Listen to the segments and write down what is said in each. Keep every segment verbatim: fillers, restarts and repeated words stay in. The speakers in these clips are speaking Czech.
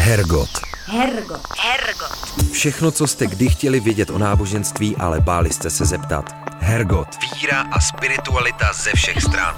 Hergot. Hergot. Hergot. Všechno, co jste kdy chtěli vědět o náboženství, ale báli jste se zeptat. Hergot. Víra a spiritualita ze všech stran.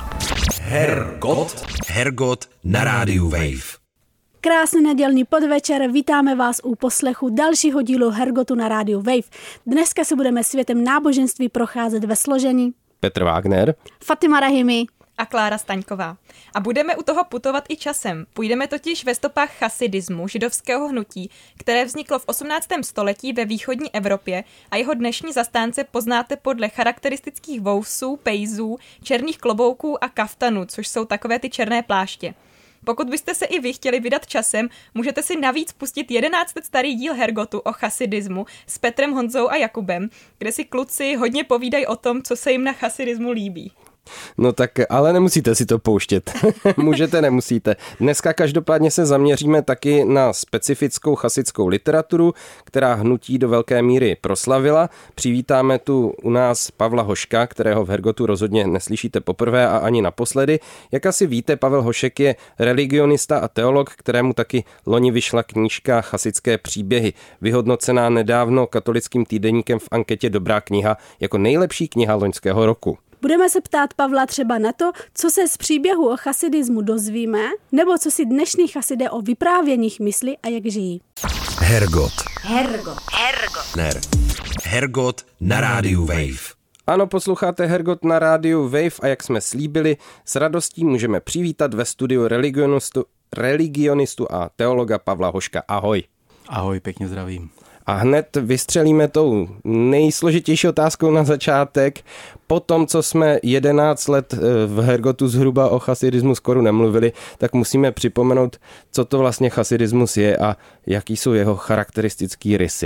Hergot. Hergot na rádiu Wave. Krásný nedělní podvečer, vítáme vás u poslechu dalšího dílu Hergotu na rádiu Wave. Dneska se budeme světem náboženství procházet ve složení Petr Wagner, Fatima Rahimi a Klára Staňková. A budeme u toho putovat i časem. Půjdeme totiž ve stopách chasidismu, židovského hnutí, které vzniklo v osmnáctém století ve východní Evropě a jeho dnešní zastánce poznáte podle charakteristických vousů, pejzů, černých klobouků a kaftanů, což jsou takové ty černé pláště. Pokud byste se i vy chtěli vydat časem, můžete si navíc pustit jedenáct let starý díl Hergotu o chasidismu s Petrem, Honzou a Jakubem, kde si kluci hodně povídají o tom, co se jim na chasidismu líbí. No tak, ale nemusíte si to pouštět. Můžete, nemusíte. Dneska každopádně se zaměříme taky na specifickou chasidskou literaturu, která hnutí do velké míry proslavila. Přivítáme tu u nás Pavla Hoška, kterého v Hergotu rozhodně neslyšíte poprvé a ani naposledy. Jak asi víte, Pavel Hošek je religionista a teolog, kterému taky loni vyšla knížka Chasidské příběhy, vyhodnocená nedávno Katolickým týdeníkem v anketě Dobrá kniha jako nejlepší kniha loňského roku. Budeme se ptát Pavla třeba na to, co se z příběhu o chasidismu dozvíme, nebo co si dnešní chasidé o vyprávěních myslí a jak žijí. Hergot. Hergot. Hergot. Ner. Hergot na rádiu Wave. Ano, posloucháte Hergot na rádiu Wave a jak jsme slíbili, s radostí můžeme přivítat ve studiu religionistu, religionistu a teologa Pavla Hoška. Ahoj. Ahoj, pěkně zdravím. A hned vystřelíme tou nejsložitější otázkou na začátek. Po tom, co jsme jedenáct let v Hergotu zhruba o chasidismu skoro nemluvili, tak musíme připomenout, co to vlastně chasidismus je a jaký jsou jeho charakteristické rysy.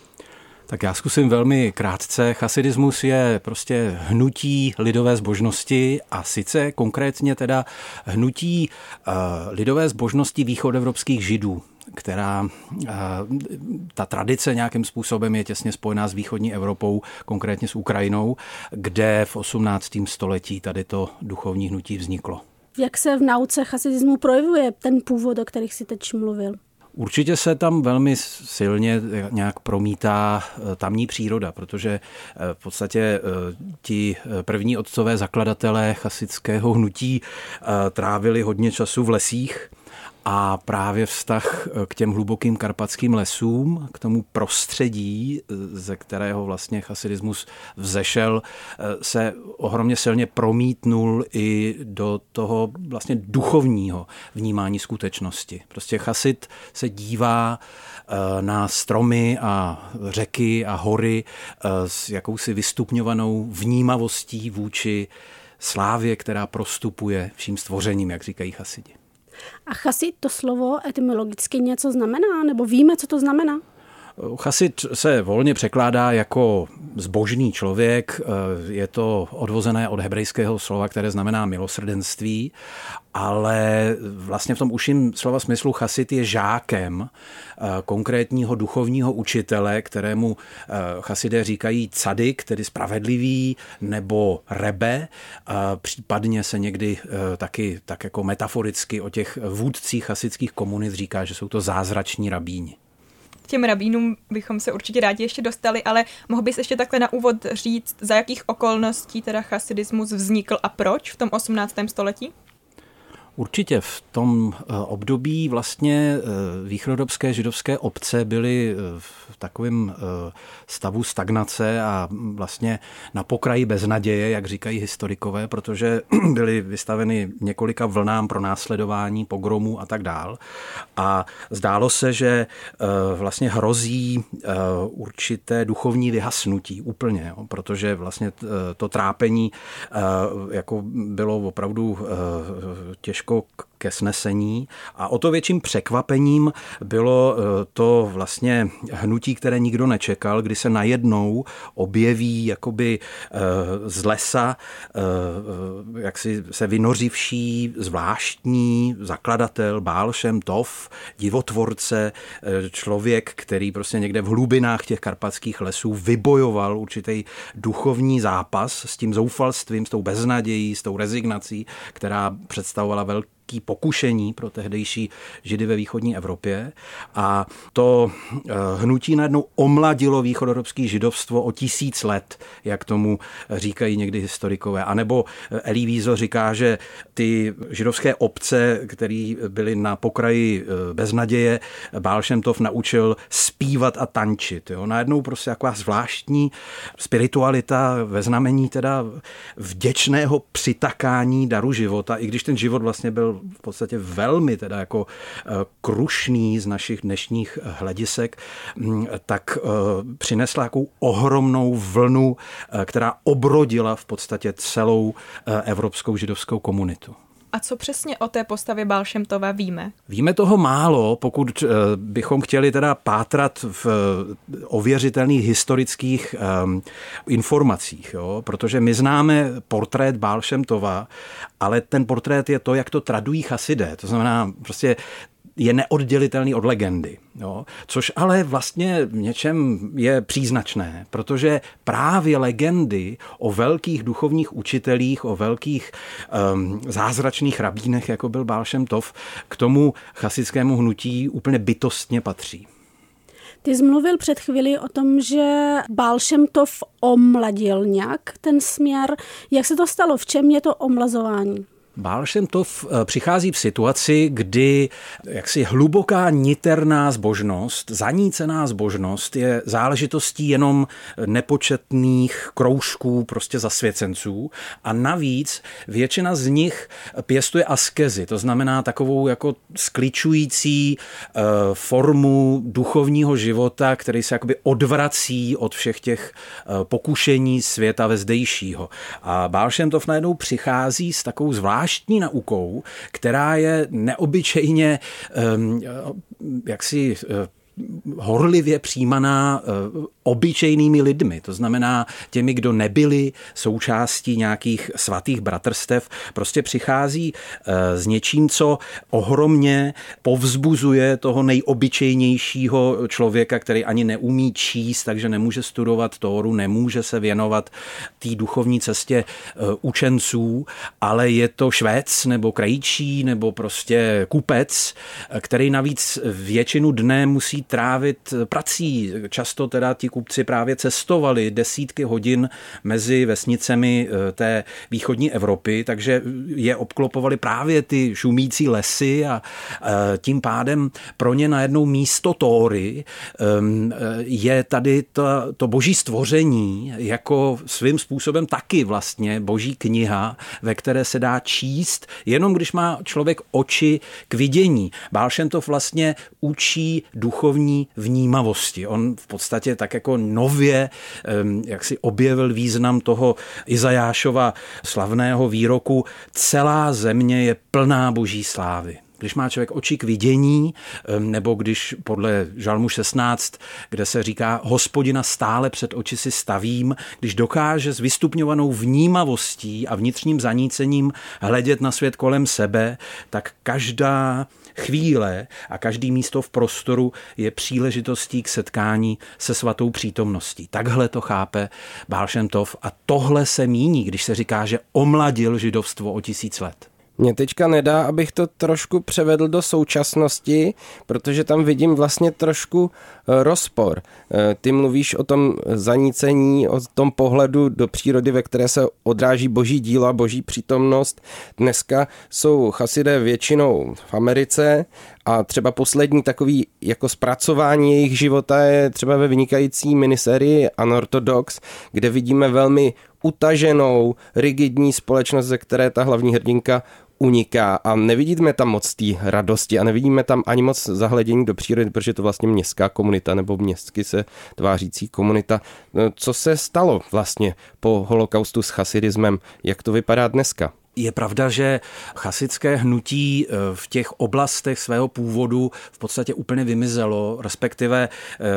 Tak já zkusím velmi krátce. Chasidismus je prostě hnutí lidové zbožnosti a sice konkrétně teda hnutí uh, lidové zbožnosti východoevropských židů, která ta tradice nějakým způsobem je těsně spojená s východní Evropou, konkrétně s Ukrajinou, kde v osmnáctém století tady to duchovní hnutí vzniklo. Jak se v nauce chasidismu projevuje ten původ, o kterých si teď mluvil? Určitě se tam velmi silně nějak promítá tamní příroda, protože v podstatě ti první otcové zakladatelé chasidského hnutí trávili hodně času v lesích. A právě vztah k těm hlubokým karpatským lesům, k tomu prostředí, ze kterého vlastně chasidismus vzešel, se ohromně silně promítnul i do toho vlastně duchovního vnímání skutečnosti. Prostě chasid se dívá na stromy a řeky a hory s jakousi vystupňovanou vnímavostí vůči slávě, která prostupuje vším stvořením, jak říkají chasidi. A chasid, to slovo etymologicky něco znamená? Nebo víme, co to znamená? Chasid se volně překládá jako zbožný člověk. Je to odvozené od hebrejského slova, které znamená milosrdenství, ale vlastně v tom užším slova smyslu chasid je žákem konkrétního duchovního učitele, kterému chasidé říkají cadik, tedy spravedlivý, nebo rebe. Případně se někdy taky tak jako metaforicky o těch vůdcích chasidských komunit říká, že jsou to zázrační rabíni. K těm rabínům bychom se určitě rádi ještě dostali, ale mohl bys ještě takhle na úvod říct, za jakých okolností teda chasidismus vznikl a proč v tom osmnáctém století? Určitě v tom období vlastně východoevropské židovské obce byly v takovém stavu stagnace a vlastně na pokraji beznaděje, jak říkají historikové, protože byly vystaveny několika vlnám pronásledování, pogromů a tak dál. A zdálo se, že vlastně hrozí určité duchovní vyhasnutí úplně, protože vlastně to trápení jako bylo opravdu těžké ke snesení a o to větším překvapením bylo to vlastně hnutí, které nikdo nečekal, kdy se najednou objeví jakoby z lesa jaksi se vynořivší zvláštní zakladatel Baal Šem Tov, divotvorce, člověk, který prostě někde v hlubinách těch karpatských lesů vybojoval určitý duchovní zápas s tím zoufalstvím, s tou beznadějí, s tou rezignací, která představovala velký velký pokušení pro tehdejší Židy ve východní Evropě a to hnutí najednou omladilo východoevropské židovstvo o tisíc let, jak tomu říkají někdy historikové. A nebo Elie Wiesel říká, že ty židovské obce, které byly na pokraji beznaděje, Baal Šem Tov naučil zpívat a tančit. Jo. Najednou prostě taková zvláštní spiritualita ve znamení teda vděčného přitakání daru života, i když ten život vlastně byl v podstatě velmi teda jako krušný z našich dnešních hledisek, tak přinesla jakou ohromnou vlnu, která obrodila v podstatě celou evropskou židovskou komunitu. A co přesně o té postavě Baal Šem Tova víme? Víme toho málo, pokud bychom chtěli teda pátrat v ověřitelných historických um, informacích, jo? Protože my známe portrét Baal Šem Tova, ale ten portrét je to, jak to tradují chasidé. To znamená prostě je neoddělitelný od legendy. Jo? Což ale vlastně v něčem je příznačné, protože právě legendy o velkých duchovních učitelích, o velkých um, zázračných rabínech, jako byl Baal Šem Tov, k tomu chasickému hnutí úplně bytostně patří. Ty jsi mluvil před chvílí o tom, že Baal Šem Tov omladil nějak ten směr. Jak se to stalo? V čem je to omlazování? Baal Šem Tov přichází v situaci, kdy jaksi hluboká niterná zbožnost, zanícená zbožnost je záležitostí jenom nepočetných kroužků prostě zasvěcenců a navíc většina z nich pěstuje askezi, to znamená takovou jako skličující uh, formu duchovního života, který se jakoby odvrací od všech těch uh, pokušení světa vezdejšího. A Baal Šem Tov najednou přichází s takovou zvláštní zvláštní naukou, která je neobyčejně um, jaksi uh, horlivě přijímaná uh, obyčejnými lidmi, to znamená těmi, kdo nebyli součástí nějakých svatých bratrstev, prostě přichází uh, s něčím, co ohromně povzbuzuje toho nejobyčejnějšího člověka, který ani neumí číst, takže nemůže studovat Tóru, nemůže se věnovat té duchovní cestě uh, učenců, ale je to Švéc nebo krejčí nebo prostě kupec, který navíc většinu dne musí trávit prací. Často teda ti kupci právě cestovali desítky hodin mezi vesnicemi té východní Evropy, takže je obklopovali právě ty šumící lesy a tím pádem pro ně najednou místo Tóry je tady to, to boží stvoření jako svým způsobem taky vlastně boží kniha, ve které se dá číst, jenom když má člověk oči k vidění. Baal Šem Tov vlastně učí duchovní vnímavosti. On v podstatě tak jako nově jak si objevil význam toho Izajášova slavného výroku: celá země je plná boží slávy. Když má člověk oči k vidění, nebo když podle Žalmu šestnáct, kde se říká Hospodina stále před oči si stavím, když dokáže s vystupňovanou vnímavostí a vnitřním zanícením hledět na svět kolem sebe, tak každá chvíle a každý místo v prostoru je příležitostí k setkání se svatou přítomností. Takhle to chápe Baal Šem Tov a tohle se míní, když se říká, že omladil židovstvo o tisíc let. Mně teďka nedá, abych to trošku převedl do současnosti, protože tam vidím vlastně trošku rozpor. Ty mluvíš o tom zanícení, o tom pohledu do přírody, ve které se odráží boží díla, boží přítomnost. Dneska jsou chasidé většinou v Americe a třeba poslední takový jako zpracování jejich života je třeba ve vynikající minisérii Unorthodox, kde vidíme velmi utaženou, rigidní společnost, ze které ta hlavní hrdinka uniká a nevidíme tam moc té radosti a nevidíme tam ani moc zahledění do přírody, protože to vlastně městská komunita nebo městsky se tvářící komunita. Co se stalo vlastně po holokaustu s chasidismem? Jak to vypadá dneska? Je pravda, že chasické hnutí v těch oblastech svého původu v podstatě úplně vymizelo, respektive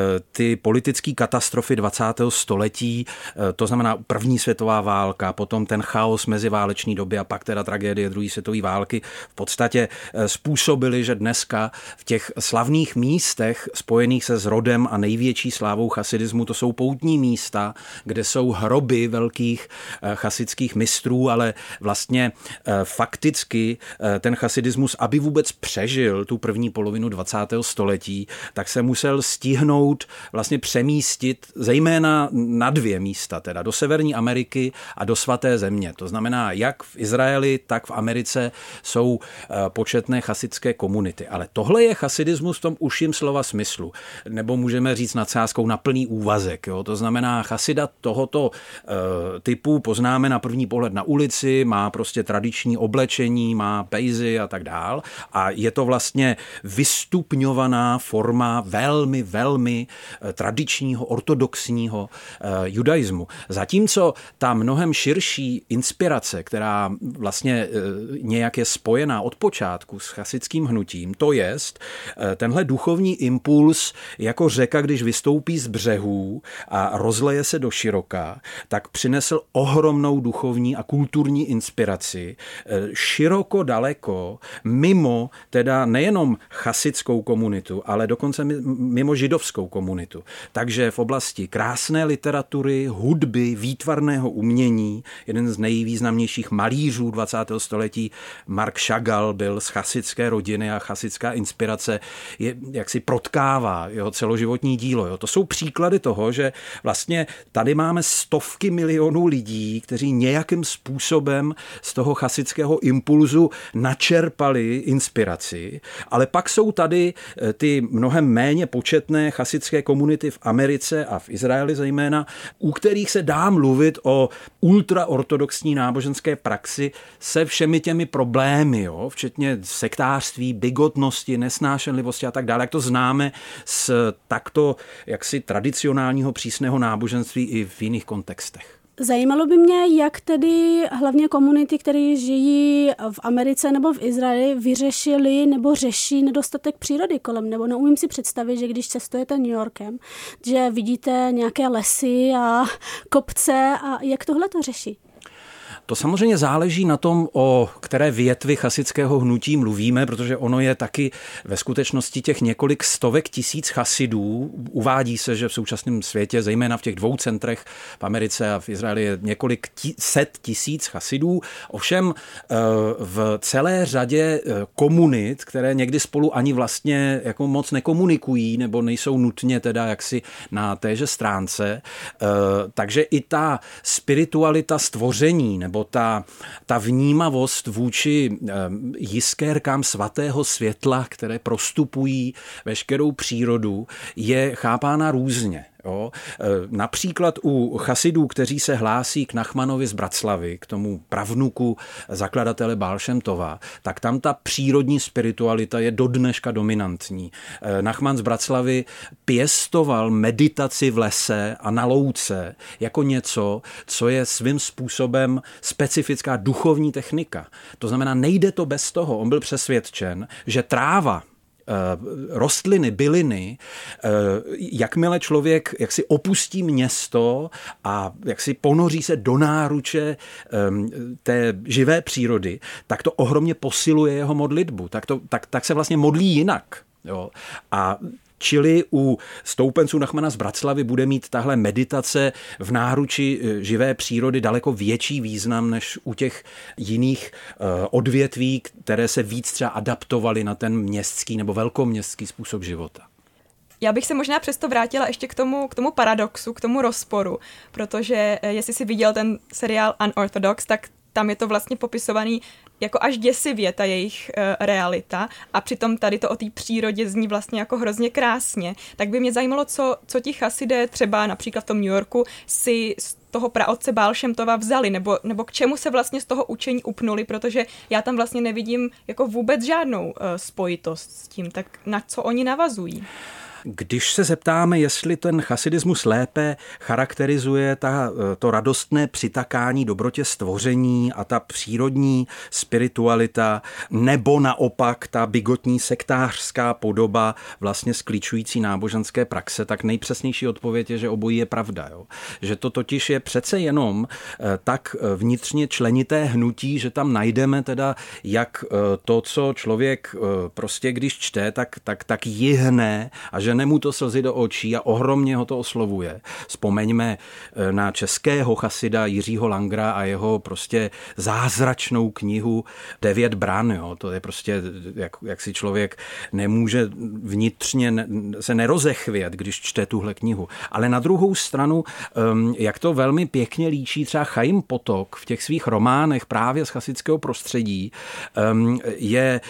ty politické katastrofy dvacátého století, to znamená první světová válka, potom ten chaos meziválečné doby a pak teda tragédie druhé světové války v podstatě způsobily, že dneska v těch slavných místech spojených se s rodem a největší slávou chasidismu, to jsou poutní místa, kde jsou hroby velkých chasických mistrů, ale vlastně vlastně fakticky ten chasidismus, aby vůbec přežil tu první polovinu dvacátého století, tak se musel stihnout vlastně přemístit zejména na dvě místa, teda do Severní Ameriky a do Svaté země. To znamená, jak v Izraeli, tak v Americe jsou početné chasidské komunity. Ale tohle je chasidismus v tom užším slova smyslu. Nebo můžeme říct nadsázkou na plný úvazek. Jo? To znamená, chasida tohoto e, typu poznáme na první pohled na ulici, má prostě tradiční oblečení, má pejzy a tak dál. A je to vlastně vystupňovaná forma velmi, velmi tradičního, ortodoxního e, judaismu. Zatímco ta mnohem širší inspirace, která vlastně e, nějak je spojená od počátku s chasidským hnutím, to jest e, tenhle duchovní impuls jako řeka, když vystoupí z břehů a rozleje se do široka, tak přinesl ohromnou duchovní a kulturní inspiraci široko daleko mimo teda nejenom chasidskou komunitu, ale dokonce mimo židovskou komunitu. Takže v oblasti krásné literatury, hudby, výtvarného umění, jeden z nejvýznamnějších malířů dvacátého století, Marc Chagall, byl z chasidské rodiny a chasidská inspirace je jaksi protkává jeho celoživotní dílo. Jo. To jsou příklady toho, že vlastně tady máme stovky milionů lidí, kteří nějakým způsobem z toho chasidského impulzu načerpali inspiraci, ale pak jsou tady ty mnohem méně početné chasidské komunity v Americe a v Izraeli zejména, u kterých se dá mluvit o ultraortodoxní náboženské praxi se všemi těmi problémy, jo, včetně sektářství, bigotnosti, nesnášenlivosti a tak dále, jak to známe z takto jaksi tradicionálního přísného náboženství i v jiných kontextech. Zajímalo by mě, jak tedy hlavně komunity, které žijí v Americe nebo v Izraeli, vyřešili nebo řeší nedostatek přírody kolem. Nebo neumím si představit, že když cestujete New Yorkem, že vidíte nějaké lesy a kopce a jak tohle to řeší? To samozřejmě záleží na tom, o které větvi chasidského hnutí mluvíme, protože ono je taky ve skutečnosti těch několik stovek tisíc chasidů. Uvádí se, že v současném světě, zejména v těch dvou centrech v Americe a v Izraeli, je několik tí, set tisíc chasidů. Ovšem v celé řadě komunit, které někdy spolu ani vlastně jako moc nekomunikují nebo nejsou nutně teda jaksi na téže stránce. Takže i ta spiritualita stvoření nebo ta, ta vnímavost vůči jiskérkám svatého světla, které prostupují veškerou přírodu, je chápána různě. Jo. Například u chasidů, kteří se hlásí k Nachmanovi z Bratislavy, k tomu pravnuku zakladatele Baal Šem Tova, tak tam ta přírodní spiritualita je dodneška dominantní. Nachman z Bratislavy pěstoval meditaci v lese a na louce jako něco, co je svým způsobem specifická duchovní technika. To znamená, nejde to bez toho. On byl přesvědčen, že tráva, rostliny, byliny, jakmile člověk jaksi opustí město a jaksi ponoří se do náruče té živé přírody, tak to ohromně posiluje jeho modlitbu. Tak, to, tak, tak se vlastně modlí jinak. Jo? A čili u stoupenců Nachmana z Bratislavy bude mít tahle meditace v náruči živé přírody daleko větší význam než u těch jiných odvětví, které se víc třeba adaptovaly na ten městský nebo velkoměstský způsob života. Já bych se možná přesto vrátila ještě k tomu, k tomu paradoxu, k tomu rozporu, protože jestli jsi viděl ten seriál Unorthodox, tak tam je to vlastně popisovaný jako až děsivě ta jejich uh, realita a přitom tady to o té přírodě zní vlastně jako hrozně krásně. Tak by mě zajímalo, co, co ti chasidé třeba například v tom New Yorku si z toho praotce Baal Šem Tova vzali, nebo, nebo k čemu se vlastně z toho učení upnuli, protože já tam vlastně nevidím jako vůbec žádnou uh, spojitost s tím, tak na co oni navazují? Když se zeptáme, jestli ten chasidismus lépe charakterizuje ta, to radostné přitakání dobrotě stvoření a ta přírodní spiritualita, nebo naopak ta bigotní sektářská podoba vlastně skličující náboženské praxe, tak nejpřesnější odpověď je, že obojí je pravda. Jo? Že to totiž je přece jenom tak vnitřně členité hnutí, že tam najdeme teda jak to, co člověk prostě když čte, tak, tak, tak jihne a že žene mu to slzy do očí a ohromně ho to oslovuje. Vzpomeňme na českého chasida Jiřího Langra a jeho prostě zázračnou knihu Devět bran. Jo. To je prostě, jak, jak si člověk nemůže vnitřně se nerozechvět, když čte tuhle knihu. Ale na druhou stranu, jak to velmi pěkně líčí třeba Chaim Potok v těch svých románech právě z chasického prostředí, je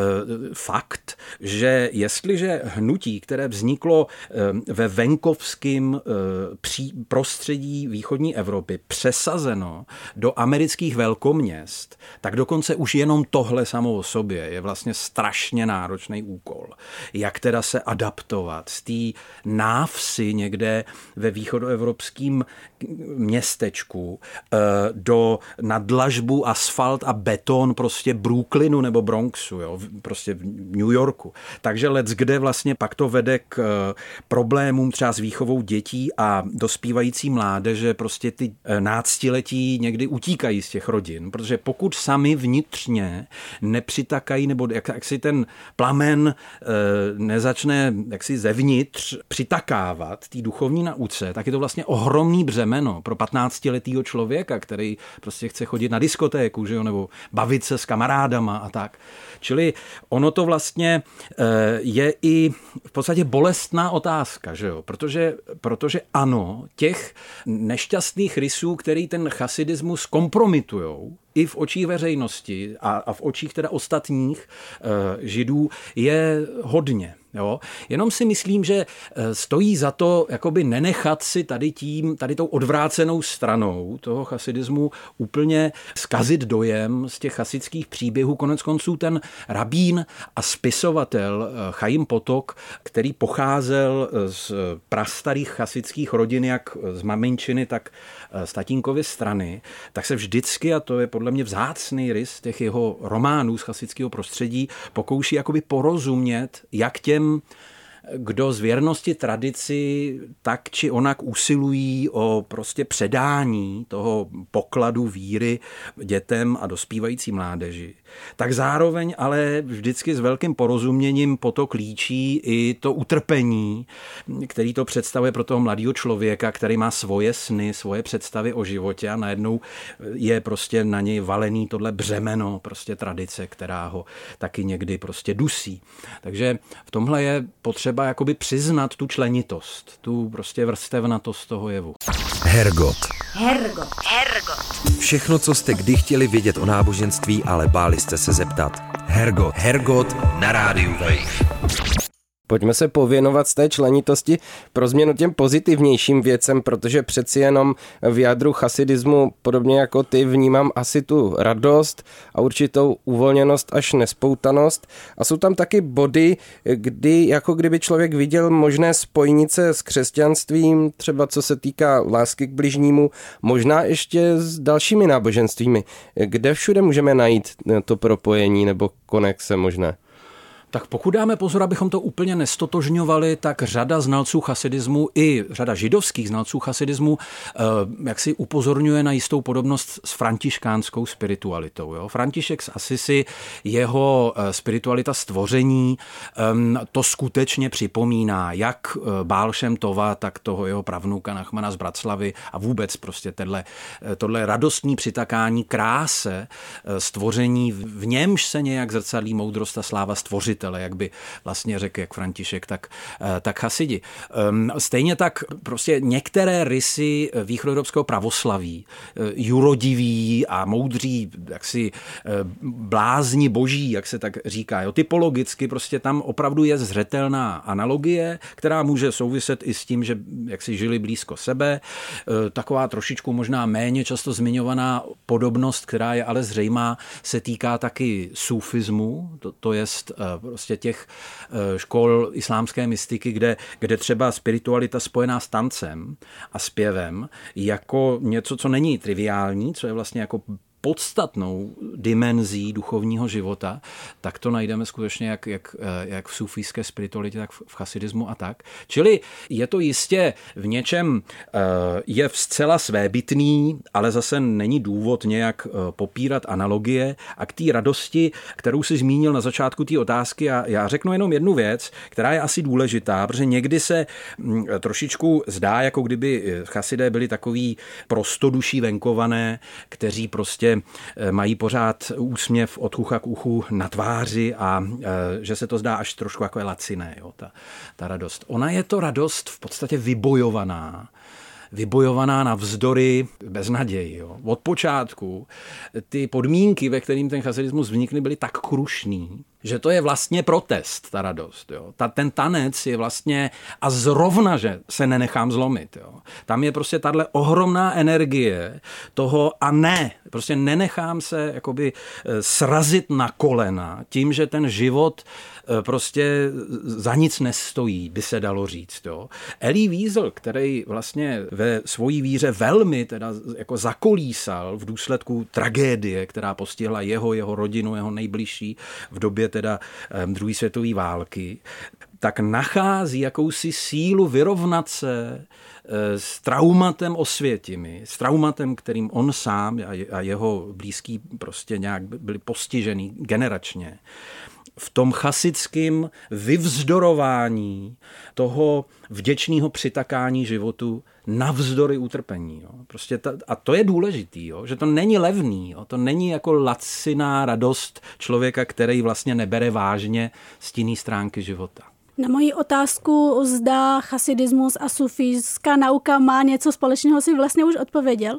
fakt, že jestliže hnutí, které vzniklo ve venkovském prostředí východní Evropy, přesazeno do amerických velkoměst, tak dokonce už jenom tohle samo o sobě je vlastně strašně náročný úkol. Jak teda se adaptovat z té návsi někde ve východoevropském městečku do nadlažbu asfalt a beton prostě Brooklynu nebo Bronxu, jo, prostě v New Yorku. Takže lec, kde vlastně pak to vede k problémům třeba s výchovou dětí a dospívající mládeže, prostě ty náctiletí někdy utíkají z těch rodin, protože pokud sami vnitřně nepřitakají, nebo jak, jak si ten plamen e, nezačne jaksi zevnitř přitakávat té duchovní nauce, tak je to vlastně ohromný břemeno pro patnáctiletýho člověka, který prostě chce chodit na diskotéku, že jo, nebo bavit se s kamarádama a tak. Čili ono to vlastně je i v podstatě bolestná otázka, že jo? Protože, protože ano, těch nešťastných rysů, který ten chasidismus kompromitujou, i v očích veřejnosti a, a v očích teda ostatních e, židů je hodně. Jo? Jenom si myslím, že stojí za to jakoby nenechat si tady tím, tady tou odvrácenou stranou toho chasidismu úplně zkazit dojem z těch chasických příběhů. Konec konců ten rabín a spisovatel Chaim Potok, který pocházel z prastarých chasických rodin, jak z maminčiny, tak z tatínkovy strany, tak se vždycky, a to je podle mě vzácný rys těch jeho románů z chasického prostředí, pokouší jakoby porozumět, jak těm, kdo z věrnosti tradici tak či onak usilují o prostě předání toho pokladu víry dětem a dospívající mládeži, tak zároveň ale vždycky s velkým porozuměním Potok líčí i to utrpení, který to představuje pro toho mladého člověka, který má svoje sny, svoje představy o životě a najednou je prostě na něj valený tohle břemeno prostě tradice, která ho taky někdy prostě dusí. Takže v tomhle je potřeba jakoby přiznat tu členitost, tu prostě vrstevnatost toho jevu. Hergot. Hergot. Hergot. Všechno, co jste kdy chtěli vědět o náboženství, ale báli jste se zeptat. Hergot. Hergot na rádiu Wave. Pojďme se pověnovat z té členitosti pro změnu těm pozitivnějším věcem, protože přeci jenom v jádru chasidismu, podobně jako ty, vnímám asi tu radost a určitou uvolněnost až nespoutanost. A jsou tam taky body, kdy jako kdyby člověk viděl možné spojnice s křesťanstvím, třeba co se týká lásky k bližnímu, možná ještě s dalšími náboženstvími. Kde všude můžeme najít to propojení nebo konexe možné? Tak pokud dáme pozor, abychom to úplně nestotožňovali, tak řada znalců chasidismu i řada židovských znalců chasidismu jak si upozorňuje na jistou podobnost s františkánskou spiritualitou. Jo? František z Asisi, jeho spiritualita stvoření, to skutečně připomíná jak Bál Šem Tova, tak toho jeho pravnuka Nachmana z Bratislavy a vůbec prostě tohle, tohle radostní přitakání kráse stvoření, v němž se nějak zrcadlí moudrost a sláva stvořitele, jak by vlastně řekl jak František, tak, tak chasidi. Stejně tak prostě některé rysy východoevropského pravoslaví, jurodiví a moudří, jaksi blázni boží, jak se tak říká. Jo, typologicky prostě tam opravdu je zřetelná analogie, která může souviset i s tím, že jak si žili blízko sebe. Taková trošičku možná méně často zmiňovaná podobnost, která je ale zřejmá, se týká taky sufismu, to, to jest prostě těch škol islámské mystiky, kde, kde třeba spiritualita spojená s tancem a zpěvem jako něco, co není triviální, co je vlastně jako podstatnou dimenzí duchovního života, tak to najdeme skutečně jak, jak, jak v sufijské spiritualitě, tak v chasidismu a tak. Čili je to jistě v něčem je zcela svébytný, ale zase není důvod nějak popírat analogie a k té radosti, kterou si zmínil na začátku té otázky, a já řeknu jenom jednu věc, která je asi důležitá, protože někdy se trošičku zdá, jako kdyby chasidé byli takový prostoduší venkované, kteří prostě mají pořád úsměv od ucha k uchu na tváři a že se to zdá až trošku jako je laciné, jo, ta, ta radost. Ona je to radost v podstatě vybojovaná. Vybojovaná navzdory beznaději. Jo. Od počátku ty podmínky, ve kterým ten chasidismus vznikly, byly tak krušný, že to je vlastně protest, ta radost. Jo. Ta, ten tanec je vlastně, a zrovna, že se nenechám zlomit. Jo. Tam je prostě tahle ohromná energie toho a ne, prostě nenechám se jakoby srazit na kolena tím, že ten život prostě za nic nestojí, by se dalo říct. Jo. Elie Wiesel, který vlastně ve svojí víře velmi teda jako zakolísal v důsledku tragédie, která postihla jeho, jeho rodinu, jeho nejbližší v době teda druhé světové války, tak nachází jakousi sílu vyrovnat se s traumatem osvětimi, s traumatem, kterým on sám a jeho blízký prostě nějak byli postižený generačně. V tom chasidském vyvzdorování toho vděčného přitakání životu navzdory utrpení. Jo. Prostě ta, a to je důležitý, jo, že to není levný, jo, to není jako laciná radost člověka, který vlastně nebere vážně stinné stránky života. Na moji otázku, zda chasidismus a sufijská nauka má něco společného, si vlastně už odpověděl.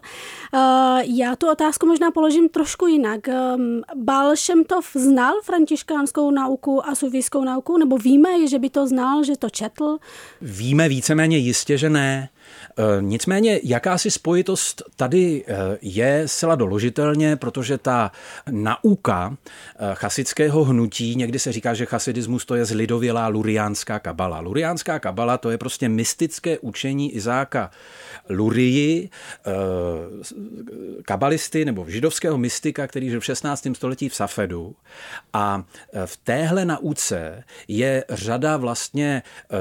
Já tu otázku možná položím trošku jinak. Baal Šem Tov znal františkánskou nauku a sufijskou nauku? Nebo víme, že by to znal, že to četl? Víme víceméně jistě, že ne. Nicméně jakási spojitost tady je zcela doložitelně, protože ta nauka chasidského hnutí, někdy se říká, že chasidismus to je zlidovělá luriánská kabala. Luriánská kabala to je prostě mystické učení Izáka Lurii, kabalisty nebo židovského mystika, který žil v šestnáctém století v Safedu. A v téhle nauce je řada vlastně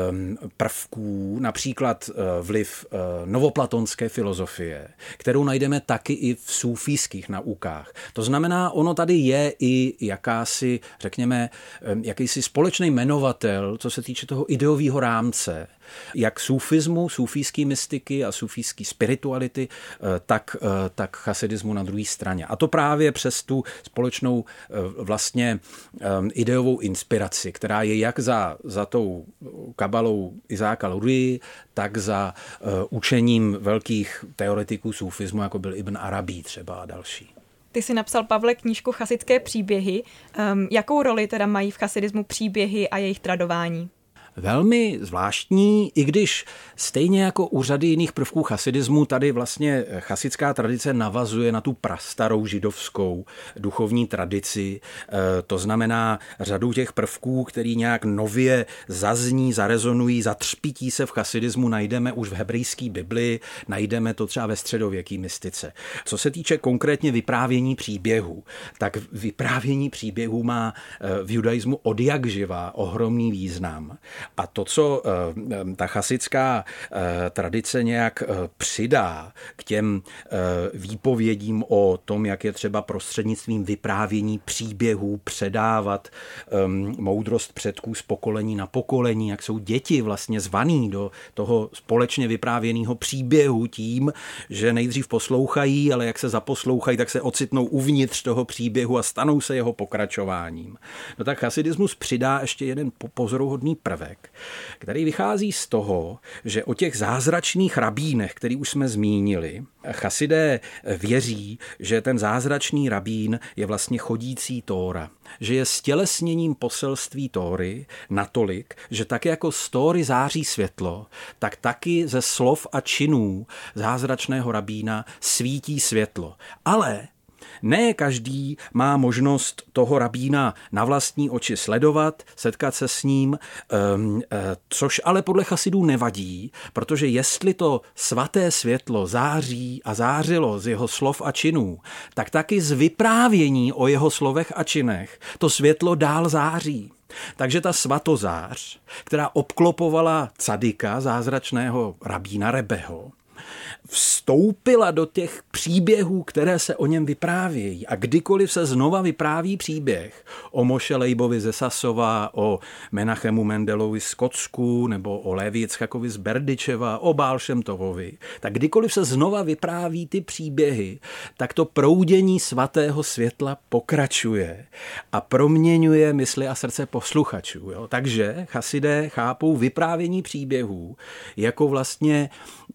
prvků, například vliv novoplatonské filozofie, kterou najdeme taky i v sufijských naukách. To znamená, ono tady je i jakási, řekněme, jakýsi společný jmenovatel, co se týče toho ideového rámce, jak sufismu, sufijský mystiky a sufijský spirituality, tak, tak chasidismu na druhé straně. A to právě přes tu společnou vlastně ideovou inspiraci, která je jak za, za tou kabalou Izáka Lurii, tak za učením velkých teoretiků sufismu, jako byl Ibn Arabi třeba a další. Ty jsi napsal, Pavle, knížku Chasidské příběhy. Um, jakou roli teda mají v chasidismu příběhy a jejich tradování? Velmi zvláštní, i když stejně jako u řady jiných prvků chasidismu, tady vlastně chasidská tradice navazuje na tu prastarou židovskou duchovní tradici. To znamená řadu těch prvků, který nějak nově zazní, zarezonují, zatřpítí se v chasidismu, najdeme už v hebrejské Bibli, najdeme to třeba ve středověké mystice. Co se týče konkrétně vyprávění příběhů, tak vyprávění příběhů má v judaismu odjakživa ohromný význam. A to, co ta chasidská tradice nějak přidá k těm výpovědím o tom, jak je třeba prostřednictvím vyprávění příběhů předávat moudrost předků z pokolení na pokolení, jak jsou děti vlastně zvaný do toho společně vyprávěného příběhu tím, že nejdřív poslouchají, ale jak se zaposlouchají, tak se ocitnou uvnitř toho příběhu a stanou se jeho pokračováním. No tak chasidismus přidá ještě jeden pozoruhodný prvek, který vychází z toho, že o těch zázračných rabínech, který už jsme zmínili, chasidé věří, že ten zázračný rabín je vlastně chodící Tóra, že je stělesněním poselství Tóry natolik, že tak jako z Tóry září světlo, tak taky ze slov a činů zázračného rabína svítí světlo. Ale Ne každý má možnost toho rabína na vlastní oči sledovat, setkat se s ním, což ale podle chasidů nevadí, protože jestli to svaté světlo září a zářilo z jeho slov a činů, tak taky z vyprávění o jeho slovech a činech to světlo dál září. Takže ta svatozář, která obklopovala Cadika, zázračného rabína Rebeho, vstoupila do těch příběhů, které se o něm vyprávějí. A kdykoliv se znova vypráví příběh o Moše Leibovi ze Sasova, o Menachemu Mendelovi z Kocku, nebo o Levi Jicchakovi z Berdyčeva, o Baal Šem Tovovi, tak kdykoliv se znova vypráví ty příběhy, tak to proudění svatého světla pokračuje a proměňuje mysli a srdce posluchačů. Jo? Takže chasidé chápou vyprávění příběhů jako vlastně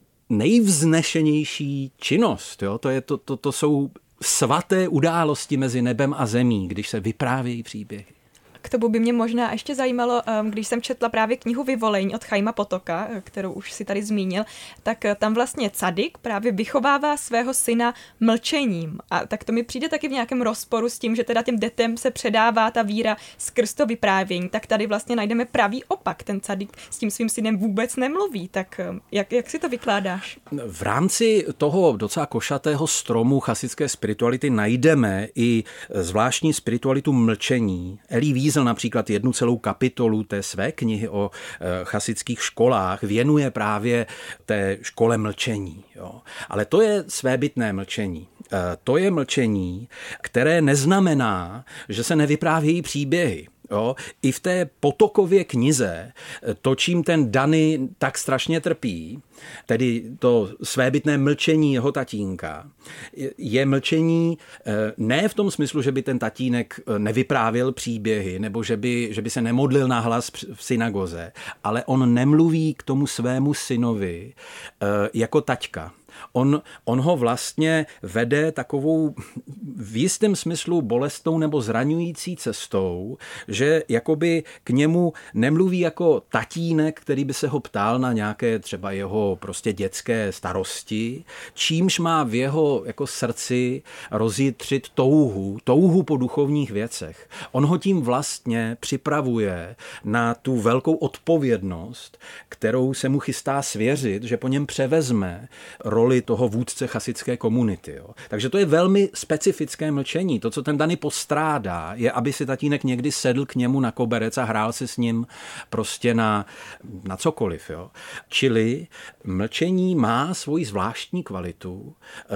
nejvznešenější činnost. Jo? To, je, to, to, to jsou svaté události mezi nebem a zemí, když se vyprávějí příběhy. K tomu by mě možná ještě zajímalo, když jsem četla právě knihu Vyvolení od Chaima Potoka, kterou už si tady zmínil, tak tam vlastně Cadik právě vychovává svého syna mlčením. A tak to mi přijde taky v nějakém rozporu s tím, že teda těm dětem se předává ta víra skrz to vyprávění. Tak tady vlastně najdeme pravý opak. Ten Cadik s tím svým synem vůbec nemluví. Tak jak, jak si to vykládáš? V rámci toho docela košatého stromu chasidské spirituality najdeme i zvláštní spiritualitu mlčení. Elie Wiesel například jednu celou kapitolu té své knihy o chasidských školách věnuje právě té škole mlčení. Jo. Ale to je svébytné mlčení. To je mlčení, které neznamená, že se nevyprávějí příběhy. Jo, i v té Potokově knize, to, čím ten Dany tak strašně trpí, tedy to svébytné mlčení jeho tatínka, je mlčení ne v tom smyslu, že by ten tatínek nevyprávěl příběhy, nebo že by, že by se nemodlil nahlas v synagoze, ale on nemluví k tomu svému synovi jako taťka. On, on ho vlastně vede takovou v jistém smyslu bolestnou nebo zraňující cestou, že jakoby k němu nemluví jako tatínek, který by se ho ptal na nějaké třeba jeho prostě dětské starosti, čímž má v jeho jako srdci rozjitřit touhu, touhu po duchovních věcech. On ho tím vlastně připravuje na tu velkou odpovědnost, kterou se mu chystá svěřit, že po něm převezme roli toho vůdce chasidské komunity. Jo. Takže to je velmi specifické mlčení. To, co ten Dany postrádá, je, aby si tatínek někdy sedl k němu na koberec a hrál si s ním prostě na, na cokoliv. Jo. Čili mlčení má svoji zvláštní kvalitu.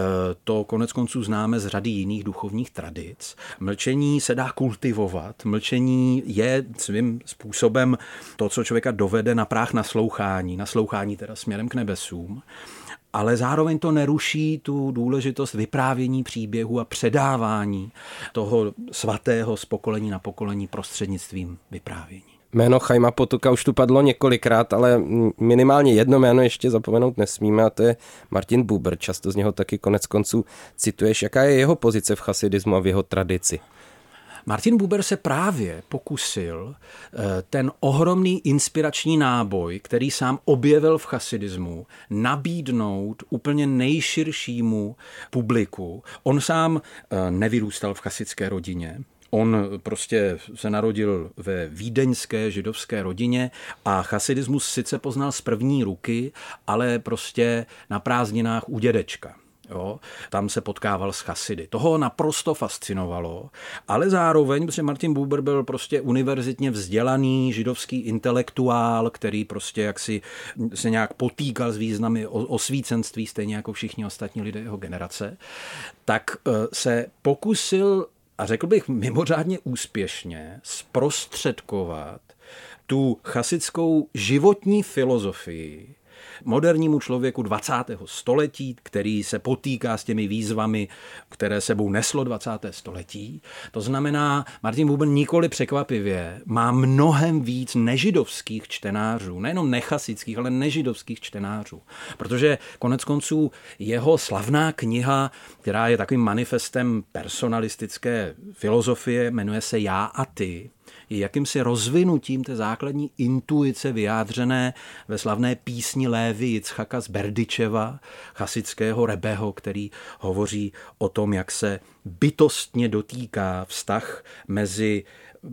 To konec konců známe z řady jiných duchovních tradic. Mlčení se dá kultivovat. Mlčení je svým způsobem to, co člověka dovede na práh naslouchání. Naslouchání teda směrem k nebesům. Ale zároveň to neruší tu důležitost vyprávění příběhu a předávání toho svatého z pokolení na pokolení prostřednictvím vyprávění. Jméno Chaima Potoka už tu padlo několikrát, ale minimálně jedno jméno ještě zapomenout nesmíme a to je Martin Buber. Často z něho taky konec konců cituješ. Jaká je jeho pozice v chasidismu a v jeho tradici? Martin Buber se právě pokusil ten ohromný inspirační náboj, který sám objevil v chasidismu, nabídnout úplně nejširšímu publiku. On sám nevyrůstal v chasidské rodině. On prostě se narodil ve vídeňské židovské rodině a chasidismus sice poznal z první ruky, ale prostě na prázdninách u dědečka. Jo, tam se potkával s chasidy. Toho naprosto fascinovalo, ale zároveň, protože Martin Buber byl prostě univerzitně vzdělaný židovský intelektuál, který prostě jaksi se nějak potýkal s významy osvícenství, stejně jako všichni ostatní lidé jeho generace, tak se pokusil, a řekl bych mimořádně úspěšně, zprostředkovat tu chasidskou životní filozofii modernímu člověku dvacátého století, který se potýká s těmi výzvami, které sebou neslo dvacáté století. To znamená, Martin Buber nikoli překvapivě má mnohem víc nežidovských čtenářů, nejenom nechasických, ale nežidovských čtenářů. Protože konec konců jeho slavná kniha, která je takovým manifestem personalistické filozofie, jmenuje se Já a ty, je jakýmsi rozvinutím té základní intuice vyjádřené ve slavné písni Lévy Jicchaka z Berdyčeva, chasického rebeho, který hovoří o tom, jak se bytostně dotýká vztah mezi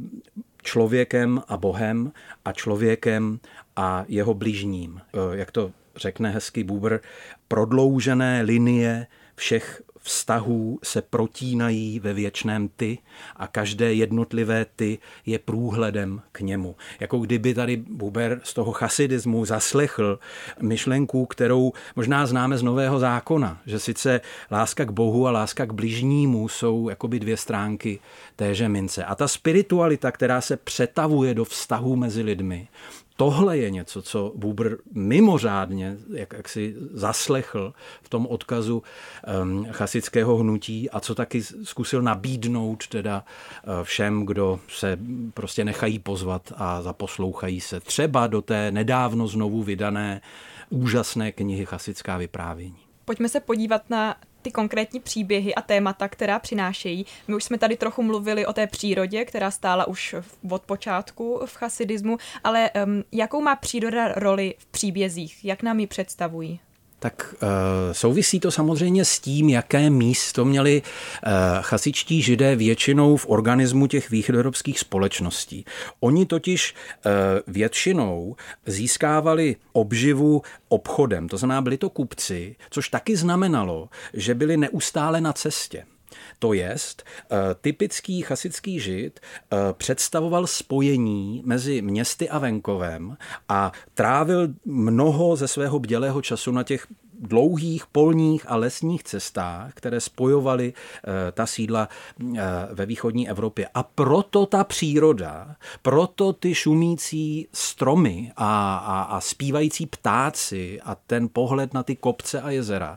člověkem a Bohem a člověkem a jeho bližním. Jak to řekne hezky Buber, prodloužené linie všech vztahů se protínají ve věčném ty a každé jednotlivé ty je průhledem k němu. Jako kdyby tady Buber z toho chasidismu zaslechl myšlenku, kterou možná známe z Nového zákona, že sice láska k Bohu a láska k bližnímu jsou jakoby dvě stránky téže mince. A ta spiritualita, která se přetavuje do vztahů mezi lidmi, tohle je něco, co Buber mimořádně, jak, jak si zaslechl v tom odkazu um, chasického hnutí a co taky zkusil nabídnout teda uh, všem, kdo se prostě nechají pozvat a zaposlouchají se třeba do té nedávno znovu vydané úžasné knihy Chasická vyprávění. Pojďme se podívat na ty konkrétní příběhy a témata, která přinášejí. My už jsme tady trochu mluvili o té přírodě, která stála už od počátku v chasidismu, ale um, jakou má příroda roli v příbězích? Jak nám ji představují? Tak uh, souvisí to samozřejmě s tím, jaké místo měli uh, chasičtí židé většinou v organismu těch východoevropských společností. Oni totiž uh, většinou získávali obživu obchodem, to znamená, byli to kupci, což taky znamenalo, že byli neustále na cestě. To jest, typický chasický žid představoval spojení mezi městy a venkovem a trávil mnoho ze svého bdělého času na těch dlouhých polních a lesních cestách, které spojovaly ta sídla ve východní Evropě. A proto ta příroda, proto ty šumící stromy a, a, a zpívající ptáci a ten pohled na ty kopce a jezera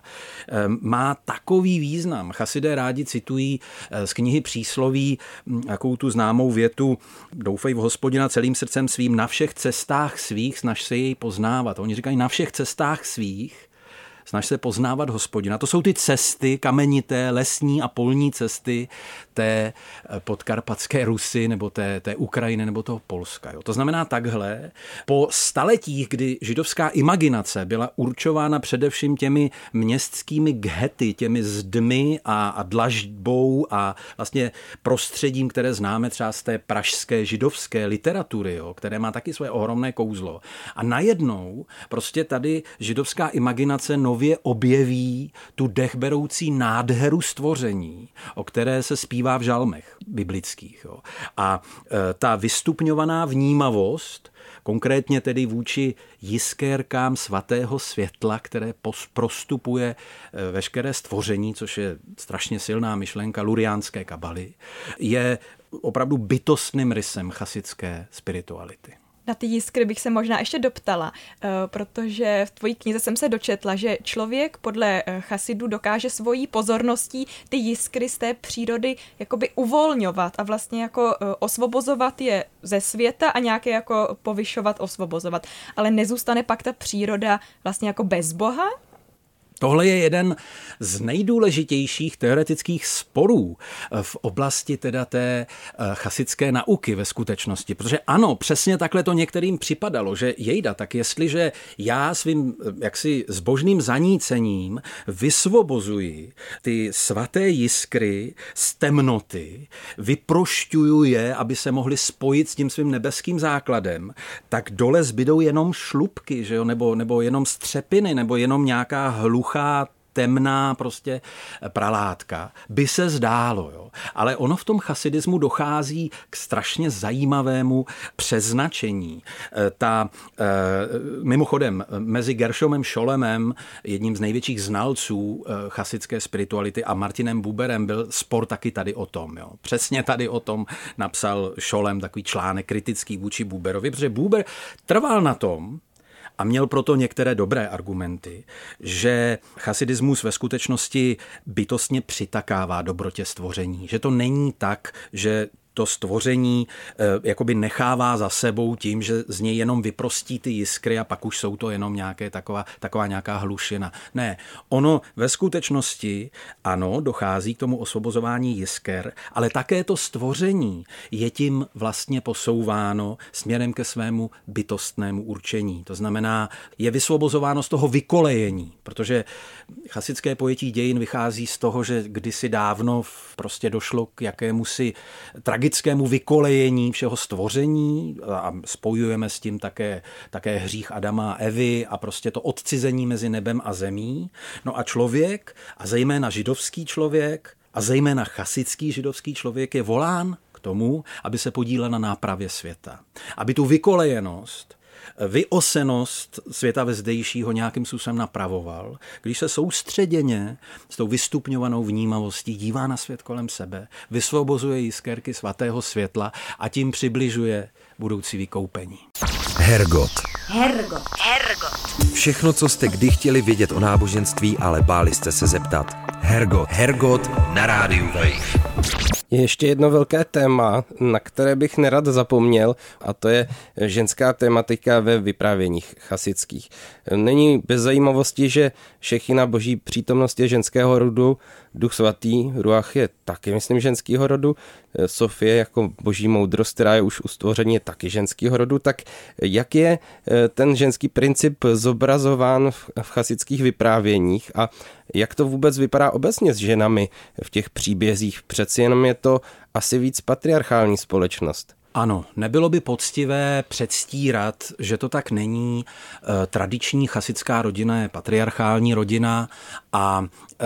má takový význam. Chasidé rádi citují z knihy Přísloví jakou tu známou větu: doufej v Hospodina celým srdcem svým, na všech cestách svých snaž se jej poznávat. Oni říkají na všech cestách svých snaž se poznávat Hospodina. To jsou ty cesty, kamenité, lesní a polní cesty té podkarpatské Rusy nebo té, té Ukrajiny nebo toho Polska. Jo. To znamená takhle, po staletích, kdy židovská imaginace byla určována především těmi městskými ghety, těmi zdmi a, a dlažbou a vlastně prostředím, které známe třeba z té pražské židovské literatury, jo, které má taky své ohromné kouzlo. A najednou prostě tady židovská imaginace nově objeví tu dechberoucí nádheru stvoření, o které se zpívá v žalmech biblických. Jo. A e, ta vystupňovaná vnímavost, konkrétně tedy vůči jiskérkám svatého světla, které pos, prostupuje e, veškeré stvoření, což je strašně silná myšlenka luriánské kabaly, je opravdu bytostným rysem chasické spirituality. Na ty jiskry bych se možná ještě doptala, protože v tvojí knize jsem se dočetla, že člověk podle chasidů dokáže svojí pozorností ty jiskry z té přírody jakoby uvolňovat a vlastně jako osvobozovat je ze světa a nějaké jako povyšovat, osvobozovat. Ale nezůstane pak ta příroda vlastně jako bez Boha? Tohle je jeden z nejdůležitějších teoretických sporů v oblasti teda té chasické nauky ve skutečnosti. Protože ano, přesně takhle to některým připadalo, že jejda, tak jestliže já svým jaksi zbožným zanícením vysvobozuji ty svaté jiskry z temnoty, vyprošťuju je, aby se mohli spojit s tím svým nebeským základem, tak dole zbydou jenom šlupky, že jo? Nebo, nebo jenom střepiny, nebo jenom nějaká hluchá temná prostě pralátka, by se zdálo. Jo. Ale ono v tom chasidismu dochází k strašně zajímavému přeznačení. Ta, mimochodem, mezi Gershomem Scholemem, jedním z největších znalců chasické spirituality, a Martinem Buberem byl spor taky tady o tom. Jo. Přesně tady o tom napsal Scholem takový článek kritický vůči Buberovi, protože Buber trval na tom, a měl proto některé dobré argumenty, že chasidismus ve skutečnosti bytostně přitakává dobrotě stvoření. Že to není tak, že to stvoření eh, jakoby nechává za sebou tím, že z něj jenom vyprostí ty jiskry a pak už jsou to jenom nějaké taková, taková nějaká hlušina. Ne, ono ve skutečnosti ano, dochází k tomu osvobozování jisker, ale také to stvoření je tím vlastně posouváno směrem ke svému bytostnému určení. To znamená, je vysvobozováno z toho vykolejení, protože chasické pojetí dějin vychází z toho, že kdysi dávno prostě došlo k jakémusi tragickému vykolejení všeho stvoření a spojujeme s tím také, také hřích Adama a Evy a prostě to odcizení mezi nebem a zemí. No a člověk, a zejména židovský člověk, a zejména chasický židovský člověk je volán k tomu, aby se podílel na nápravě světa. Aby tu vykolejenost, vyosenost světa vezdejšího nějakým způsobem napravoval, když se soustředěně s tou vystupňovanou vnímavostí dívá na svět kolem sebe, vysvobozuje jiskerky svatého světla a tím přibližuje budoucí vykoupení. Hergot. Hergot. Hergot. Všechno, co jste kdy chtěli vědět o náboženství, ale báli jste se zeptat. Hergot. Hergot na rádiu Wave. Je ještě jedno velké téma, na které bych nerad zapomněl, a to je ženská tematika ve vyprávěních chasických. Není bez zajímavosti, že šechina boží přítomnost je ženského rodu, duch svatý, ruach je taky, myslím, ženského rodu, Sofie jako boží moudrost, která je už u stvoření, je taky ženského rodu. Tak jak je ten ženský princip zobrazován v chasických vyprávěních a jak to vůbec vypadá obecně s ženami v těch příbězích? Přeci jenom je to asi víc patriarchální společnost. Ano, nebylo by poctivé předstírat, že to tak není. E, tradiční chasická rodina je patriarchální rodina a e,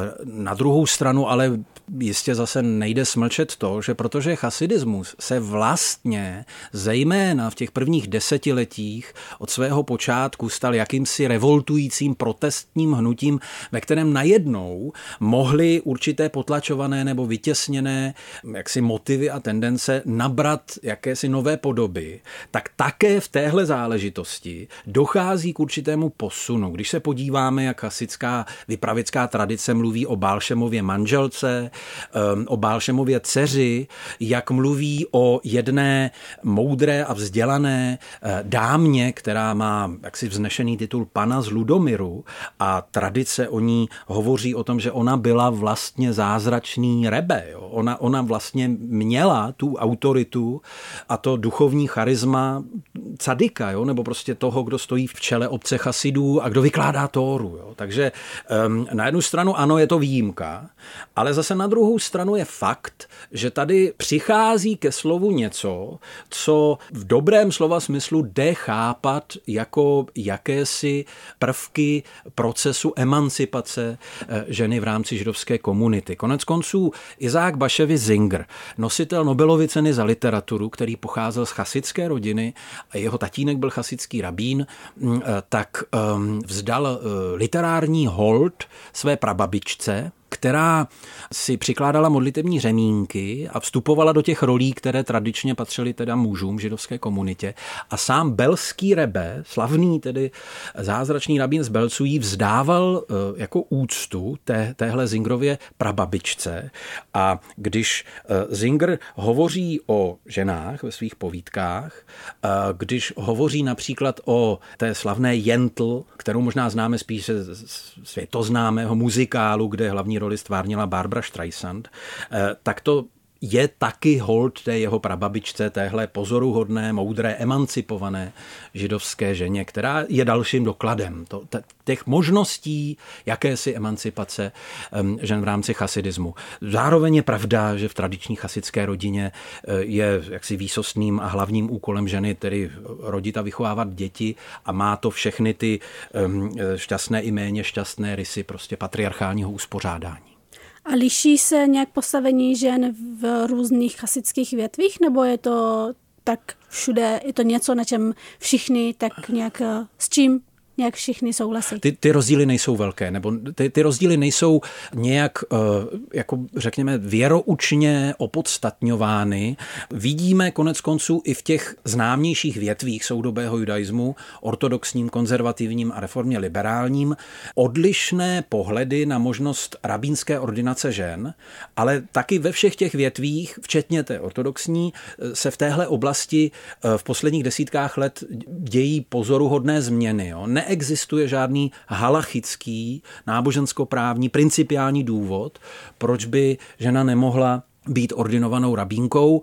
na druhou stranu ale jistě zase nejde smlčet to, že protože chasidismus se vlastně zejména v těch prvních desetiletích od svého počátku stal jakýmsi revoltujícím protestním hnutím, ve kterém najednou mohly určité potlačované nebo vytěsněné jaksi motivy a tendence nabrat jakési nové podoby, tak také v téhle záležitosti dochází k určitému posunu. Když se podíváme, jak chasická vypravická tradice mluví o Bálšemově manželce, o Bálšemově dceři, jak mluví o jedné moudré a vzdělané dámě, která má jaksi vznešený titul pana z Ludomiru a tradice o ní hovoří o tom, že ona byla vlastně zázračný rebe. Jo? Ona, ona vlastně měla tu autoritu a to duchovní charisma cadika, jo? Nebo prostě toho, kdo stojí v čele obce chasidů a kdo vykládá Tóru. Jo? Takže um, na jednu stranu ano, je to výjimka, ale zase na druhou stranu je fakt, že tady přichází ke slovu něco, co v dobrém slova smyslu jde chápat jako jakési prvky procesu emancipace ženy v rámci židovské komunity. Konec konců Izák Bashevis Singer, nositel Nobelovy ceny za literaturu, který pocházel z chasické rodiny a jeho tatínek byl chasický rabín, tak vzdal literární hold své prababičce, která si přikládala modlitevní řemínky a vstupovala do těch rolí, které tradičně patřily teda mužům v židovské komunitě. A sám belský rebe, slavný tedy zázračný rabín z Belců, jí vzdával jako úctu té, téhle Singerově prababičce. A když Singer hovoří o ženách ve svých povídkách, když hovoří například o té slavné Jentl, kterou možná známe spíše z světoznámého muzikálu, kde hlavní roli stvárnila Barbra Streisand, tak to je taky hold té jeho prababičce, téhle pozoruhodné, moudré, emancipované židovské ženě, která je dalším dokladem to, těch možností jakési emancipace žen v rámci chasidismu. Zároveň je pravda, že v tradiční chasické rodině je jaksi výsostným a hlavním úkolem ženy tedy rodit a vychovávat děti a má to všechny ty šťastné i méně šťastné rysy prostě patriarchálního uspořádání. A liší se nějak postavení žen v různých chasických větvích, nebo je to tak všude, je to něco, na čem všichni tak nějak s čím nějak všichni souhlasí. Ty, ty rozdíly nejsou velké, nebo ty, ty rozdíly nejsou nějak, jako řekněme, věroučně opodstatňovány. Vidíme konec konců i v těch známějších větvích soudobého judaismu, ortodoxním, konzervativním a reformně liberálním, odlišné pohledy na možnost rabínské ordinace žen, ale taky ve všech těch větvích, včetně té ortodoxní, se v téhle oblasti v posledních desítkách let dějí pozoruhodné změny. Jo. Neexistuje žádný halachický, náboženskoprávní, principiální důvod, proč by žena nemohla být ordinovanou rabínkou,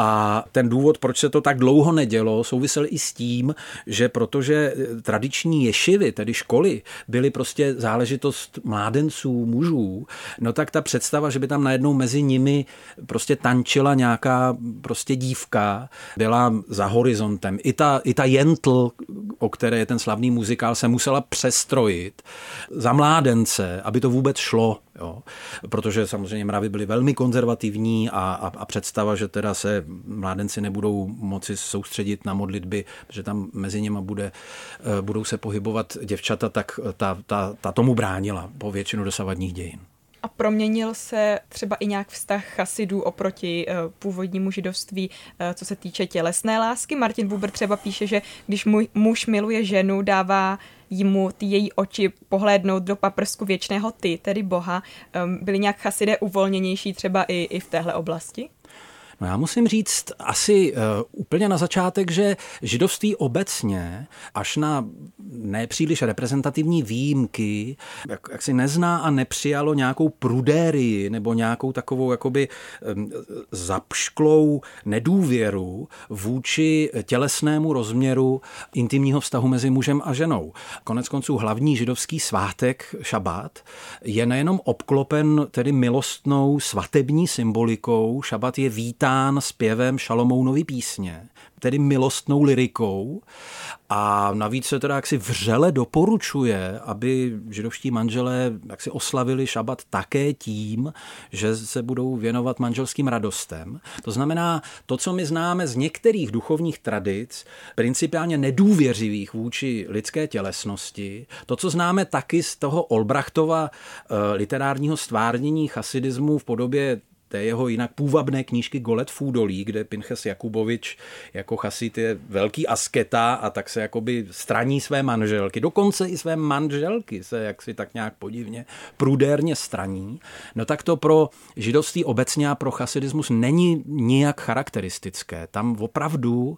a ten důvod, proč se to tak dlouho nedělo, souvisel i s tím, že protože tradiční ješivy, tedy školy, byly prostě záležitost mládenců, mužů, no tak ta představa, že by tam najednou mezi nimi prostě tančila nějaká prostě dívka, byla za horizontem. I ta, i ta Jentl, o které je ten slavný muzikál, se musela přestrojit za mládence, aby to vůbec šlo. Jo. Protože samozřejmě mravy byly velmi konzervativní a, a, a představa, že teda se mládenci nebudou moci soustředit na modlitby, že tam mezi nimi bude, budou se pohybovat děvčata, tak ta, ta, ta tomu bránila po většinu dosavadních dějin. A proměnil se třeba i nějak vztah chasidů oproti uh, původnímu židovství, uh, co se týče tělesné lásky? Martin Buber třeba píše, že když můj muž miluje ženu, dává jímu ty její oči pohlédnout do paprsku věčného ty, tedy Boha. Um, byli nějak chasidé uvolněnější třeba i, i v téhle oblasti? No já musím říct asi uh, úplně na začátek, že židovství obecně, až na nepříliš reprezentativní výjimky, jak, jak si nezná a nepřijalo nějakou prudérii nebo nějakou takovou jakoby um, zapšklou nedůvěru vůči tělesnému rozměru intimního vztahu mezi mužem a ženou. Konec konců hlavní židovský svátek šabat je nejenom obklopen tedy milostnou svatební symbolikou, šabat je vítán zpěvem Šalomounovy písně, tedy milostnou lyrikou, a navíc se teda jaksi vřele doporučuje, aby židovští manželé jaksi oslavili šabat také tím, že se budou věnovat manželským radostem. To znamená, to, co my známe z některých duchovních tradic, principiálně nedůvěřivých vůči lidské tělesnosti, to, co známe taky z toho Olbrachtova literárního stvárnění chasidismu v podobě té jeho jinak půvabné knížky Golet v údolí, kde Pinchas Jakubovič jako chasid je velký asketa a tak se jakoby straní své manželky. Dokonce i své manželky se jaksi tak nějak podivně prudérně straní. No tak to pro židovství obecně a pro chasidismus není nijak charakteristické. Tam opravdu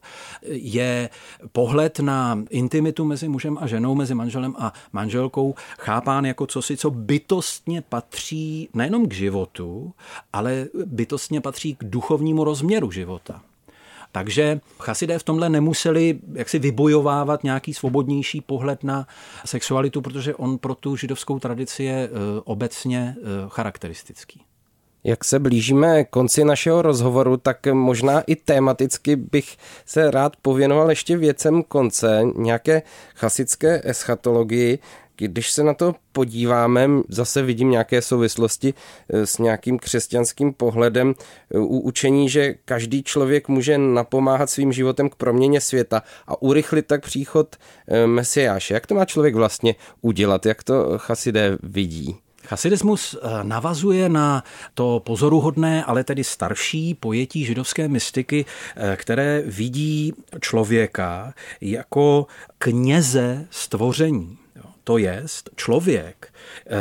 je pohled na intimitu mezi mužem a ženou, mezi manželem a manželkou chápán jako cosi, co bytostně patří nejenom k životu, ale bytostně patří k duchovnímu rozměru života. Takže chasidé v tomhle nemuseli jaksi vybojovávat nějaký svobodnější pohled na sexualitu, protože on pro tu židovskou tradici je obecně charakteristický. Jak se blížíme konci našeho rozhovoru, tak možná i tematicky bych se rád pověnoval ještě věcem konce, nějaké chasidské eschatologii. Když se na to podíváme, zase vidím nějaké souvislosti s nějakým křesťanským pohledem u učení, že každý člověk může napomáhat svým životem k proměně světa a urychlit tak příchod Mesiáše. Jak to má člověk vlastně udělat? Jak to chasidé vidí? Chasidismus navazuje na to pozoruhodné, ale tedy starší pojetí židovské mystiky, které vidí člověka jako kněze stvoření. To jest, člověk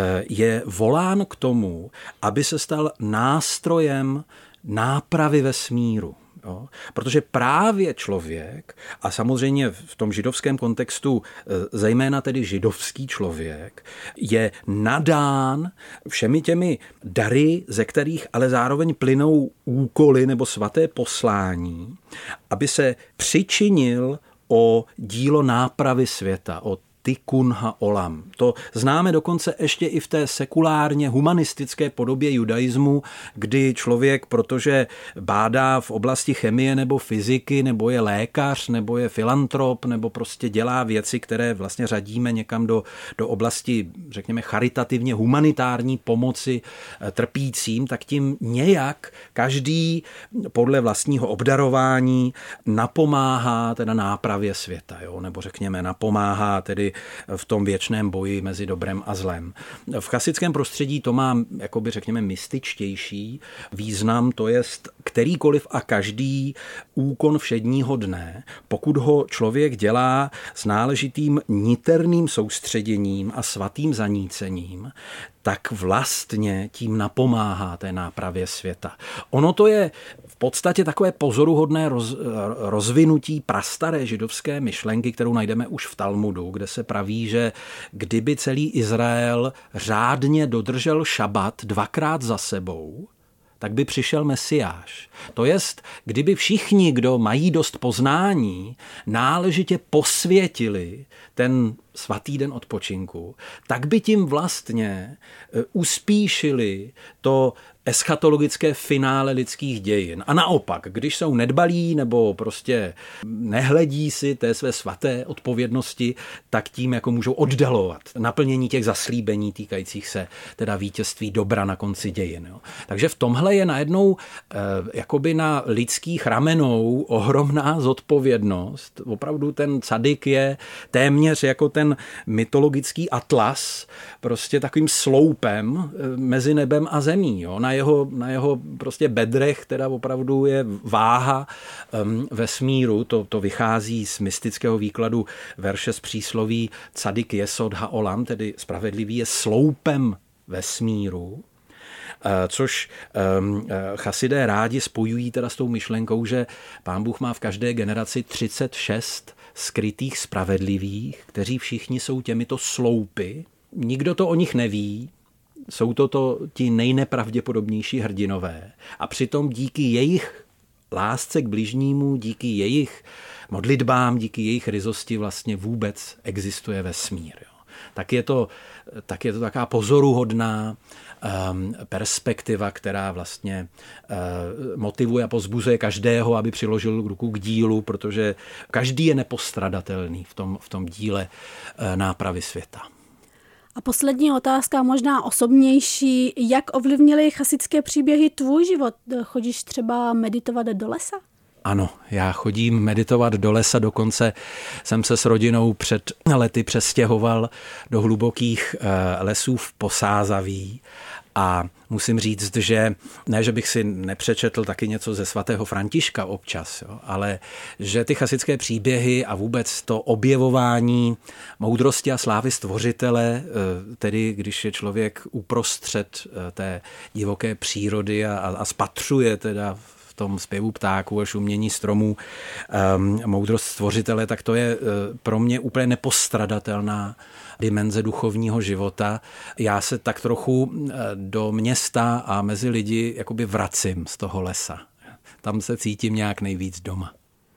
je volán k tomu, aby se stal nástrojem nápravy vesmíru. Jo? Protože právě člověk, a samozřejmě v tom židovském kontextu zejména tedy židovský člověk, je nadán všemi těmi dary, ze kterých ale zároveň plynou úkoly nebo svaté poslání, aby se přičinil o dílo nápravy světa, o Tikun ha-olam. To známe dokonce ještě i v té sekulárně humanistické podobě judaismu, kdy člověk, protože bádá v oblasti chemie nebo fyziky, nebo je lékař, nebo je filantrop, nebo prostě dělá věci, které vlastně řadíme někam do, do oblasti, řekněme, charitativně humanitární pomoci trpícím, tak tím nějak každý podle vlastního obdarování napomáhá teda nápravě světa, jo? Nebo řekněme napomáhá tedy jakoby v tom věčném boji mezi dobrem a zlem. V chasickém prostředí to má, jakoby řekněme, mystičtější význam, to jest kterýkoliv a každý úkon všedního dne, pokud ho člověk dělá s náležitým niterným soustředěním a svatým zanícením, tak vlastně tím napomáhá té nápravě světa. Ono to je v podstatě takové pozoruhodné roz, rozvinutí prastaré židovské myšlenky, kterou najdeme už v Talmudu, kde se praví, že kdyby celý Izrael řádně dodržel šabat dvakrát za sebou, tak by přišel Mesiáš. To jest, kdyby všichni, kdo mají dost poznání, náležitě posvětili ten svatý den odpočinku, tak by tím vlastně uspíšili to eschatologické finále lidských dějin. A naopak, když jsou nedbalí nebo prostě nehledí si té své svaté odpovědnosti, tak tím jako můžou oddalovat naplnění těch zaslíbení týkajících se teda vítězství dobra na konci dějin. Jo. Takže v tomhle je najednou eh, jakoby na lidských ramenou ohromná zodpovědnost. Opravdu ten cadik je téměř jako ten mytologický atlas, prostě takovým sloupem mezi nebem a zemí. Jo. Na jeho, na jeho prostě bedrech teda opravdu je váha um, vesmíru, to, to vychází z mystického výkladu verše z přísloví Cadik Jesod Haolam, tedy spravedlivý je sloupem vesmíru, což um, chasidé rádi spojují teda s tou myšlenkou, že Pán Bůh má v každé generaci třicet šest skrytých spravedlivých, kteří všichni jsou těmito sloupy. Nikdo to o nich neví, jsou to, to ti nejnepravděpodobnější hrdinové a přitom díky jejich lásce k bližnímu, díky jejich modlitbám, díky jejich ryzosti vlastně vůbec existuje vesmír. Jo. Tak je to, tak je to taková pozoruhodná um, perspektiva, která vlastně uh, motivuje a pozbuzuje každého, aby přiložil ruku k dílu, protože každý je nepostradatelný v tom, v tom díle uh, nápravy světa. A poslední otázka, možná osobnější. Jak ovlivnily chasické příběhy tvůj život? Chodíš třeba meditovat do lesa? Ano, já chodím meditovat do lesa, dokonce jsem se s rodinou před lety přestěhoval do hlubokých lesů v Posázaví a musím říct, že ne, že bych si nepřečetl taky něco ze svatého Františka občas, jo, ale že ty chasické příběhy a vůbec to objevování moudrosti a slávy stvořitele, tedy když je člověk uprostřed té divoké přírody a, a spatřuje teda v tom zpěvu ptáků a šumění stromů um, moudrost stvořitele, tak to je uh, pro mě úplně nepostradatelná dimenze duchovního života. Já se tak trochu uh, do města a mezi lidi jakoby vracím z toho lesa. Tam se cítím nějak nejvíc doma.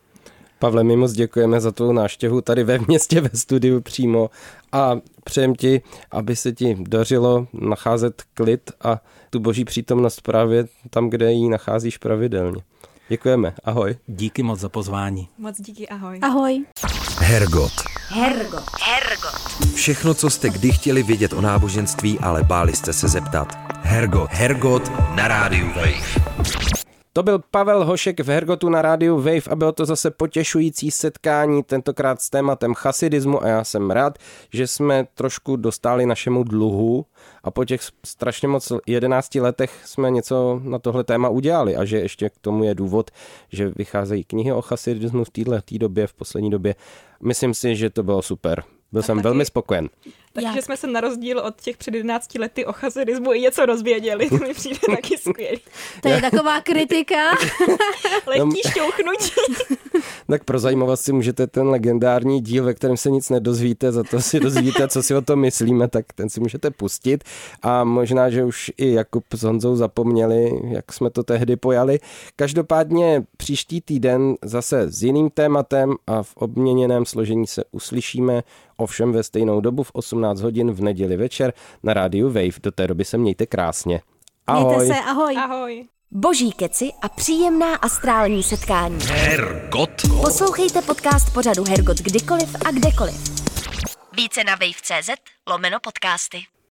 Pavle, my moc děkujeme za tvou návštěvu tady ve městě, ve studiu přímo a přejem ti, aby se ti dařilo nacházet klid a tu boží přítomnost právě tam, kde ji nacházíš pravidelně. Děkujeme, ahoj. Díky moc za pozvání. Moc díky, ahoj. Ahoj. Hergot. Hergot. Hergot. Všechno, co jste kdy chtěli vědět o náboženství, ale báli jste se zeptat. Hergot. Hergot na rádiu Wave. To byl Pavel Hošek v Hergotu na rádiu Wave a bylo to zase potěšující setkání, tentokrát s tématem chasidismu a já jsem rád, že jsme trošku dostali našemu dluhu a po těch strašně moc jedenácti letech jsme něco na tohle téma udělali a že ještě k tomu je důvod, že vycházejí knihy o chasidismu v této době, v poslední době. Myslím si, že to bylo super. Byl tak jsem taky, velmi spokojen. Takže jsme se na rozdíl od těch před jedenácti lety o chasidismu i něco dozvěděli. To mi přijde taky skvělý. To je taková kritika. Lehký šťouchnutí. Tak pro zajímavost si můžete ten legendární díl, ve kterém se nic nedozvíte, za to si dozvíte, co si o tom myslíme, tak ten si můžete pustit. A možná, že už i Jakub s Honzou zapomněli, jak jsme to tehdy pojali. Každopádně příští týden zase s jiným tématem a v obměněném složení se uslyšíme, ovšem ve stejnou dobu v osmnáct hodin v neděli večer na rádiu Wave. Do té doby se mějte krásně. Ahoj. Mějte se, ahoj. Ahoj. Boží keci a příjemná astrální setkání. Hergot. Poslouchejte podcast pořadu Hergot kdykoliv a kdekoliv. Více na wave tečka cz lomeno podcasty.